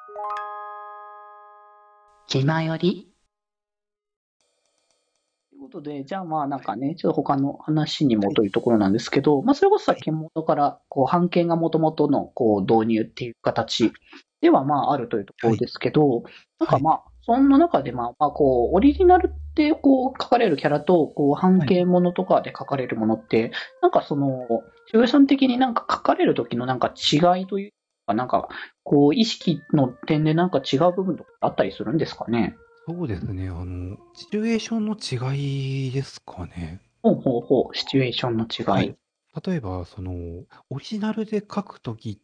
気まよりということで、じゃあまあなんかね、ちょっと他の話にもというところなんですけど、まあそれこそはい。 先ほどから、こう、版権がもともとの、こう、導入っていう形ではまああるというとこはい。 ろですけど、なんはい。 かまあ、そんな中でまあこう、オリジナルってこう、書かれるキャラと、こう、版はい。 権ものとかで書かれるものって、なんかその、シュウさん的になんか書かれる時のなんか違いというか、なんか、こう、意識の点でなんか違う部分とかあったりするんですかね？ そうですね。シチュエーションの違いですかね。 ほうほうほう、シチュエーションの違い。 はい。例えば、オリジナルで書くときって、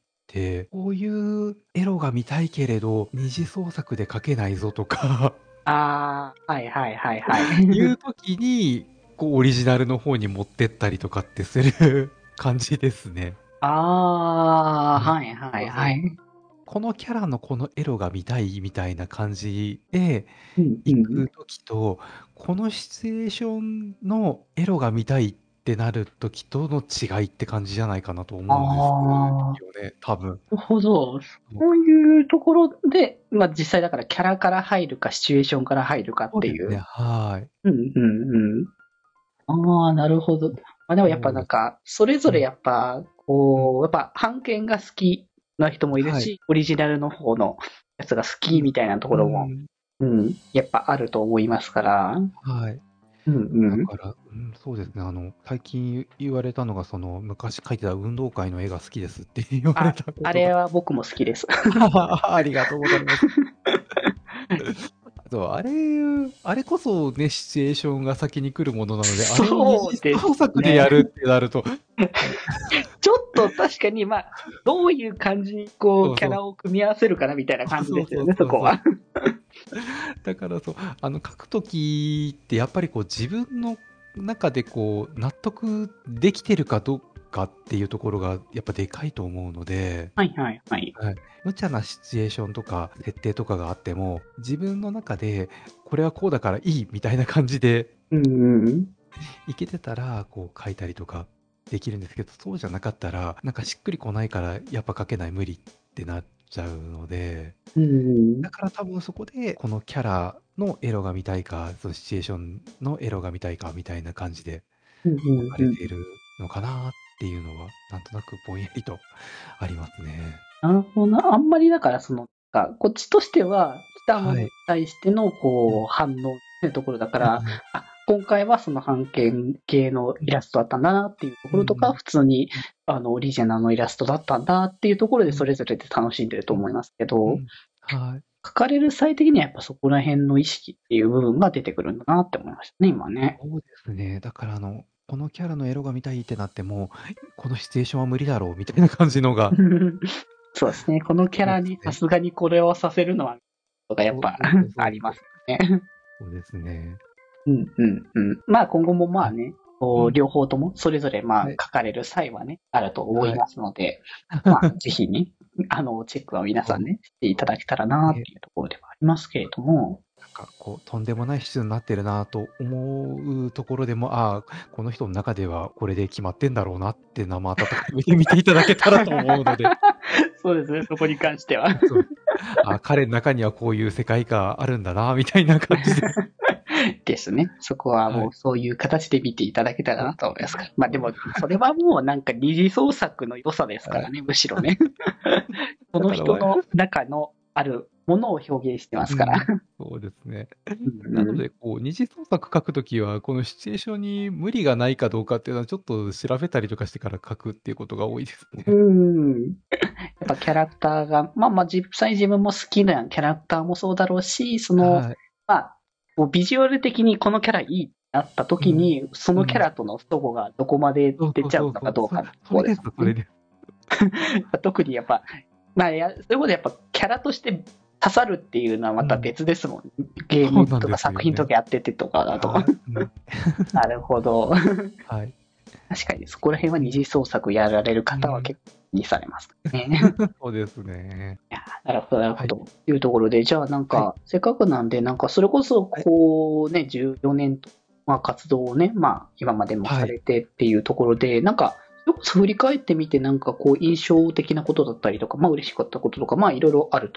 こういうエロが見たいけれど、二次創作で書けないぞとかああ、はいはいはいはい。 いうときに、こう、オリジナルの方に持ってったりとかってする感じですね。 ああ、 はい。 はいはいそうそう。 はい。 このキャラのこのエロが見たいみたいな感じでうんうん。 行くときと、このシチュエーションのエロが見たいってなるときとの違いって感じじゃないかなとあ思うんですあ、 よね、多分。 なるほど。 そうそういうところで、まあ実際だからキャラから入るかシチュエーションから入るかそうですね、 っていう。 はい。 うんうんうん。ああ、なるほど。まあでもやっぱそうです。 なんか、それぞれうん、 やっぱ、 うん。 こう、やっぱ版権が好きな人もいるはい。 し、オリジナルの方のやつが好うん、 きみたいなとこうろも、 ん、 うん、やっぱあると思いますから。 はい。 うんうん。 だから、うん、そうですね、最近言われたのが、昔描いてた運動会の絵が好きですって言われあ、 たこあれとが。 は僕も好きです。 ありがとうございます。そう、あれこそね、シチュエーションが先に来るものなので、あれを二次そうです創作でね。 やるってなると、 ちょっと確かに、まあ、どういう感じにこう、 そうそう、 キャラを組み合わせるかなみたいな感じそうそうですよね、そそうそう。 こは。 だからそう、書くときってやっぱりこう自分の中でこう納得できてるかどうかっていうところがやっぱでかいと思うので、 はいはいはい。 はい。無茶なシチュエーションとか設定とかがあっても、自分の中でこれはこうだからいいみたいな感じでうんうん。 いけてたら、こう書いたりとかできるんですけど、そうじゃなかったら、なんかしっくりこないから、やっぱ書けない無理ってなっちゃうので、 うんうん。 だから多分そこで、このキャラのエロが見たいか、そのシチュエーションのエロが見たいかみたいな感じでうん分かうんうん。 れているのかなっていうのは、なんとなくぼんやりとありますね。 なるほどな。あんまりだからその、こっちとしては、来たものにはい。 対しての、 うん。 こう、反応っていうところだから、 うん。 あ、今回はその版権系のイラストだったんだなっていうところとか、 うん。 普通に、 うん。 オリジナルのイラストだったんだっていうところで、 うん。 それぞれで楽しんでるとうん。 思いますけど、 うん。はい。 書かれる際的にはやっぱそこら辺の意識っていう部分が出てくるんだなって思いましたね、今ね。 そうですね。だからこのキャラのエロが見たいってなっても、このシチュエーションは無理だろうみたいな感じのが、 そうですね。このキャラにさそうですね。 すがにこれをさせるのは、とかやっぱそうそうそうあそうそう。 りますね。 そうですね。 うんうんうん。まあ今後もまはい。 あね、こううん。 両方ともそれぞれまあはい。 書かれる際はね、あると思いはい。 ますので、まあぜひね、チェックは皆さそう。 んね、していただけたらなっね、 ていうところではありますけれども、 なんかこう、とんでもない質になってるなと思うところでも、ああ、この人の中ではこれで決まってんだろうなって生温かく見ていただけたらと思うので、 そうですね、そこに関しては。 そう。あ、彼の中にはこういう世界観あるんだなみたいな感じで、 ですね。そこははい。 もうそういう形で見ていただけたらそう。 なと思いますから。まあでも、それはもうなんか二次創作の良さですかはい。 らね、むしろね。そのだから人の中のあるものを表現してますから。 うん、そうですね。 うんうん。 なので、こう、二次創作書くときは、このシチュエーションに無理がないかどうかっていうのは、ちょっと調べたりとかしてから書くっていうことが多いですうね。 ん。やっぱキャラクターが、まあまあ実際自分も好きなキャラクターもそうだろうし、その、 はい。 まあ、こうビジュアル的にこのキャラいいってなったうん。 時に、そのキャうん。 ラとの相互がどこまでそうそう出ちゃうそうそう。 のかどうかってところそれです、 ですもんね。 それです。 特にやっぱ、まあそういうことでやっぱキャラとして刺さるっていうのはまたうん。 別ですもんね。ゲームとかそうなんですよね。 作品とかやっててとかだと。 はい。うん。 なるほど。 はい。 確かにそこら辺はうん。 二次創作やられるうん。 方は結構気にされますね。 そうですね。 いやなるほど、なるはい。 ほど。というところで、じゃあなんはい。 か、せっかくなんで、なんかそれこそ、 はい。 こうね、14年と、まあ活動をね、まあ今までもはい。 されてっていうところで、なんか、それこそ振り返ってみて、なんかこう印象的なことだったりとか、まあ嬉しかったこととか、まあいろいろあると思う。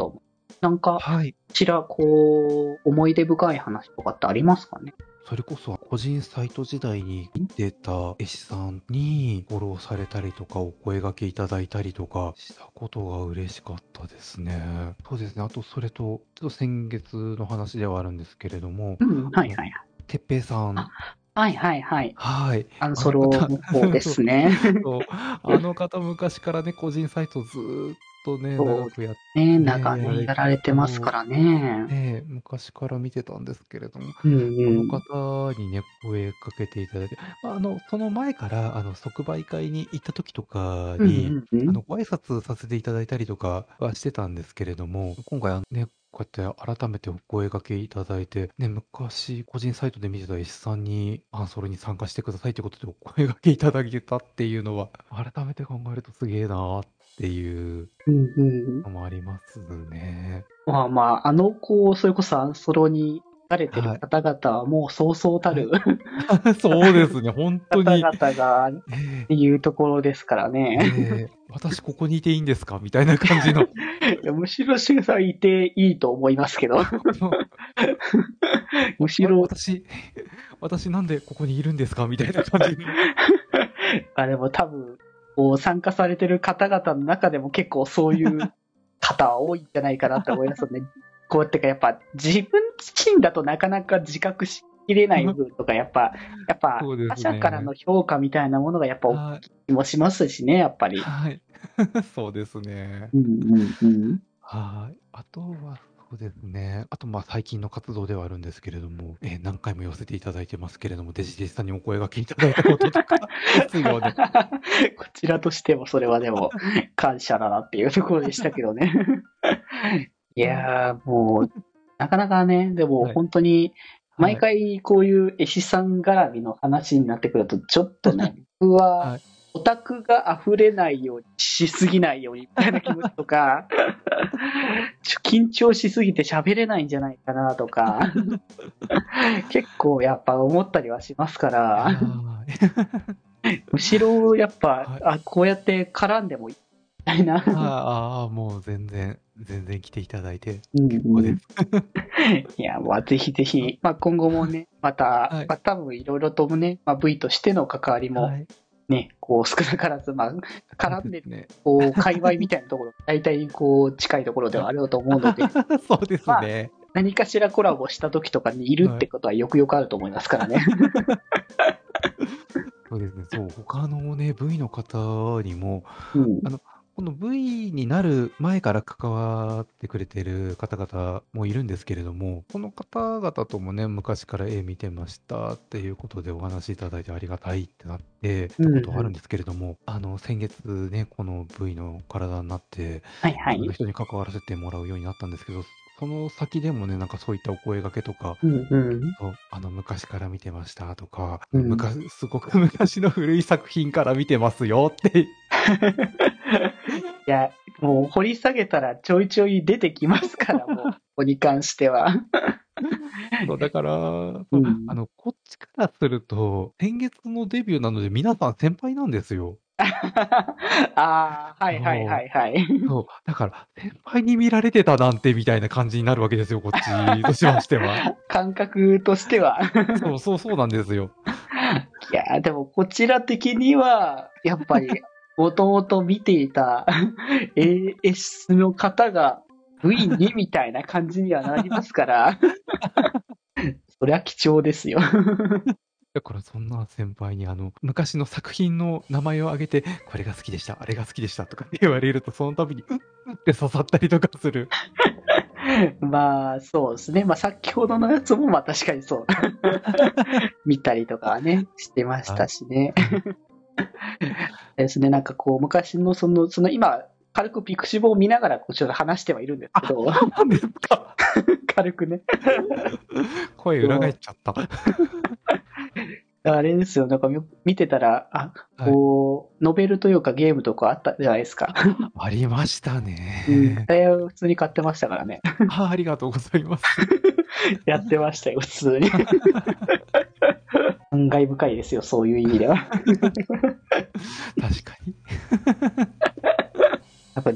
なんか、こはい。 ちら、こう、思い出深い話とかってありますかね？ それこそ個人サイト時代に見てた絵師さんにフォローされたりとか、お声掛けいただいたりとかしたことが嬉しかったですね。そうですね。あと、それと、ちょっと先月の話ではあるんですけれども、 うん、はいあの、 はいはい。 てっぺいさん、 あ、はいはいはい。 はい。 アンソあの方、 ロの方でそう、 すね。 そう、あの方昔からね、個人サイトずーっとね、 そうです長くね。 ね、 長年やられて、 やられてますそう、 からね。 ね、昔から見てたんですけれども、 うんそのうん。 方にね、声かけていただいて、その前から、即売会に行った時とかうんに、 うんうん。 ご挨拶させていただいたりとかはしてたんですけれども、今回ね、こうやって改めてお声掛けいただいて、ね、昔個人サイトで見てた絵師さんに、それに参加してくださいということでお声掛けいただけたっていうのは、改めて考えるとすげえなーっていううんうん。 のもありますね。 まあまあ、こう、それこそアンソロに慣れてるはい。 方々はもうそうそうたるはい。そうですね、本当方に。 々がっえていうところですからね。 私ここにいていいんですかみたいな感じの。 いやむしろシュウさんいていいと思いますけど。むしろ、 私なんでここにいるんですかみたいな感じの。 でも多分、こう参加されてる方々の中でも結構そういう方は多いんじゃないかなって思いますよね。こうやってかやっぱ自分自身だとなかなか自覚しきれない部分とかやっぱそうです他者からね。 の評価みたいなものがやっぱ大はい。 きい気もしますしね、やっぱり。 はい。そうですね。 うんうんうん。 はい。あとは、そうですね。あと、最近の活動ではあるんですけれども、何回も寄せていただいてますけれども、デジデジさんにお声掛けいただいたこととかですよね。 こちらとしてもそれはでも感謝だなっていうところでしたけどね。いやーもう、なかなかね、でもはい。 本当に、毎はい。 回こういう絵師さん絡みの話になってくると、ちょっとね、僕ははい。 オタクが溢れないようにしすぎないようにみたいな気持ちとか、緊張しすぎて喋れないんじゃないかなとか、結構やっぱ思ったりはしますかいやら、 ー、 むしろやっぱ、 はい。 こうやって絡んでもいいみたいな。 もう全然来ていただいてうん結構です。 うん。いや、ぜひぜひ、今後もね、また、 はい。 多分いろいろともね、V としての関わりもはい。 ね、こう少なからず、 そう絡んでる、 ですね。 こう、界隈みたいなところ、大体こう、近いところではい。 はあると思うので、 そうですまあ、 ね。 何かしらコラボした時とかにいるっはい。 てことはよくよくあると思いますからね。 そうですね。そう、他のね、V の方にも、 うん。 あの、この V になる前から関わってくれてる方々もいるんですけれども、この方々ともね、昔から絵見てましたっていうことでお話しいただいてありがたいってなってうんうん。 たことはあるんですけれども、先月ね、この V の体になって、 はいはい。 いろんな人に関わらせてもらうようになったんですけど、その先でもね、なんかそういったお声掛けとか、 うんうん。 そう、昔から見てましたとか、 うん。 すごく昔の古い作品から見てますよっていや、もう掘り下げたらちょいちょい出てきますから、もう、ここに関しては。 そう、だから、そう、 うん。 こっちからすると、先月のデビューなので皆さん先輩なんですよ。 はいはいはそう、 いはい。 そう、だから先輩に見られてたなんてみたいな感じになるわけですよ、こっちとしましては。 感覚としては。 そうなんですよ。 いや、でもこちら的には、やっぱり、もともと見ていた AS の方が V2 みたいな感じにはなりますから、そりゃ貴重ですよ。 だからそんな先輩に昔の作品の名前を挙げて、これが好きでした、あれが好きでしたとかって言われると、その度に、って刺さったりとかする。 そうですね。先ほどのやつも、確かにそう。見たりとかはね、してましはい。 たしね。 はい。 ですね、なんかこう、昔の今、軽くピクシブを見ながらこちら話してはいるんですけど、 そうなんですか。 軽くね。 声裏返っちゃった。 あれですよ、なんか見てたら、 はい。 ノベルというかゲームとかあったじゃないですか。 ありましたうん。 ね。 普通に買ってましたからね。 ありがとうございます。 やってましたよ、普通に。感慨深いですよ、そういう意味では。 確かに。 やっぱ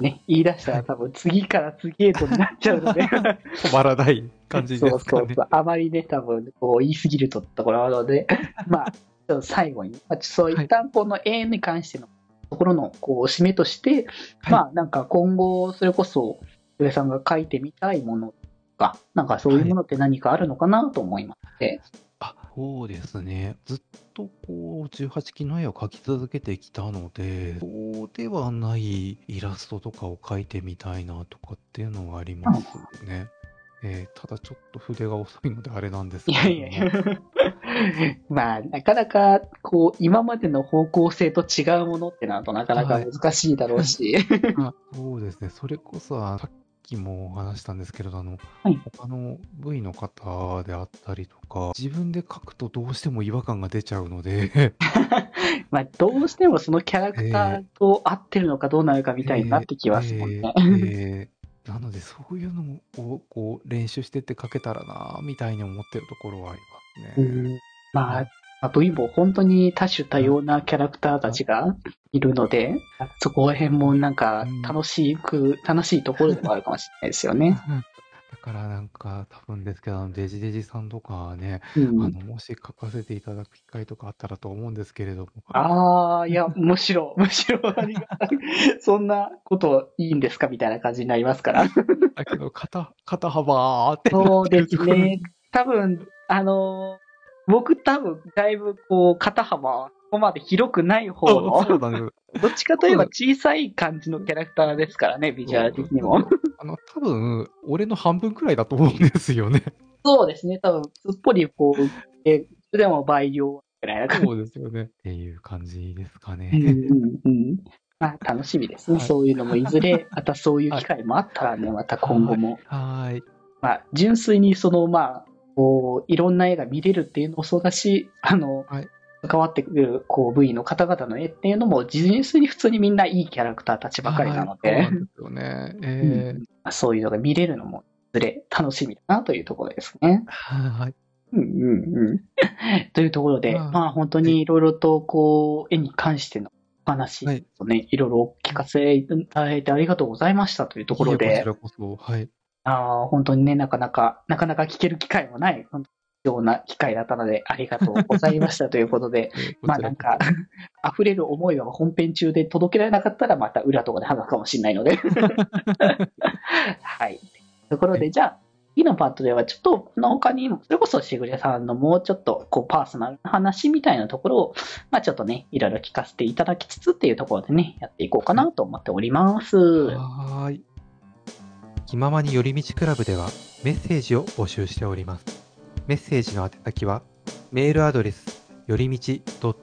ね、言い出したら多分次から次へとなっちゃうので、 止まらない感じですかね。 あまりね、多分こう言い過ぎるところなので、まあ、ちょっと最後に、そう一旦この永遠に関してのところのこう締めとして、 はいまあなんか今後、それこそ、上さんが書いてみたいものとか、なんかそういうものって何かあるのかなと思いまして。 そうですね。ずっとこう、18期の絵を描き続けてきたので、そうではないイラストとかを描いてみたいなとかっていうのはありますね。ただちょっと筆が遅いのであれなんですけいれども。 やいやいや。まあ、なかなか、こう、今までの方向性と違うものってなるとなかなか難しいだろうし。 そうですね。それこそ、さっきもお話したんですけれど、 はい他の部位の方であったりとか、自分で描くとどうしても違和感が出ちゃうので、 まあ、どうしてもそのキャラクターと合ってるのかどうなのかみたいになってきますもんね。 なので、そういうのをこう練習してって描けたらな、みたいに思ってるところはありますね。 まあ、V も本当に多種多様なキャラクターたちがいるので、そこら辺もなんか楽しいところでもあるかもしれないですよね。 だからなんか多分ですけど、デジデジさんとかね、もし書かせていただく機会とかあったらと思うんですけれども。 いや、むしろありがたい。そんなこといいんですかみたいな感じになりますから。 だけど、肩幅ってそうでなってるところすね。多分、僕多分、だいぶこう、肩幅はここまで広くない方の、 そうなんです。 どっちかといえば小さい感じのキャラクターですからね、ビジュアル的にも。 多分、俺の半分くらいだと思うんですよね。 そうですね、多分、すっぽりこう、でも倍量ぐらいな感じ。 そうですよね。っていう感じですかね。 まあ、楽しみですね。そういうのもいずれ、またそういう機会もあったらね、また今後も。 はい。 まあ、純粋にこう、いろんな絵が見れるっていうのもそうだし、関わってくる、こう、V の方々の絵っていうのも、純粋に普通にみんないいキャラクターたちばかりなので、 そうなんですよね。 そういうのが見れるのも、いずれ楽しみだなというところですね。 はい。 というところで、まあ本当にいろいろとこう、絵に関してのお話をね、いろいろ聞かせていただいてありがとうございましたというところで、 こちらこそ、はい。 本当にね、なかなか聞ける機会もない、本当に貴重な機会だったので、ありがとうございましたということで、まあなんか、溢れる思いは本編中で届けられなかったら、また裏とかで話すかもしれないので。はい。というところで、じゃあ、次のパートではちょっと、他にも、それこそしぐれさんのもうちょっと、こう、パーソナルな話みたいなところを、まあちょっとね、いろいろ聞かせていただきつつっていうところでね、やっていこうかなと思っております。 はい。気ままに寄り道クラブではメッセージを募集しております。メッセージの宛先は、メールアドレス、よりみち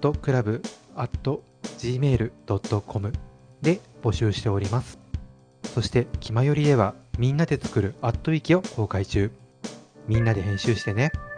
.club@gmail.com で募集しております。そして、気まよりではみんなで作る@ウィキを公開中。みんなで編集してね。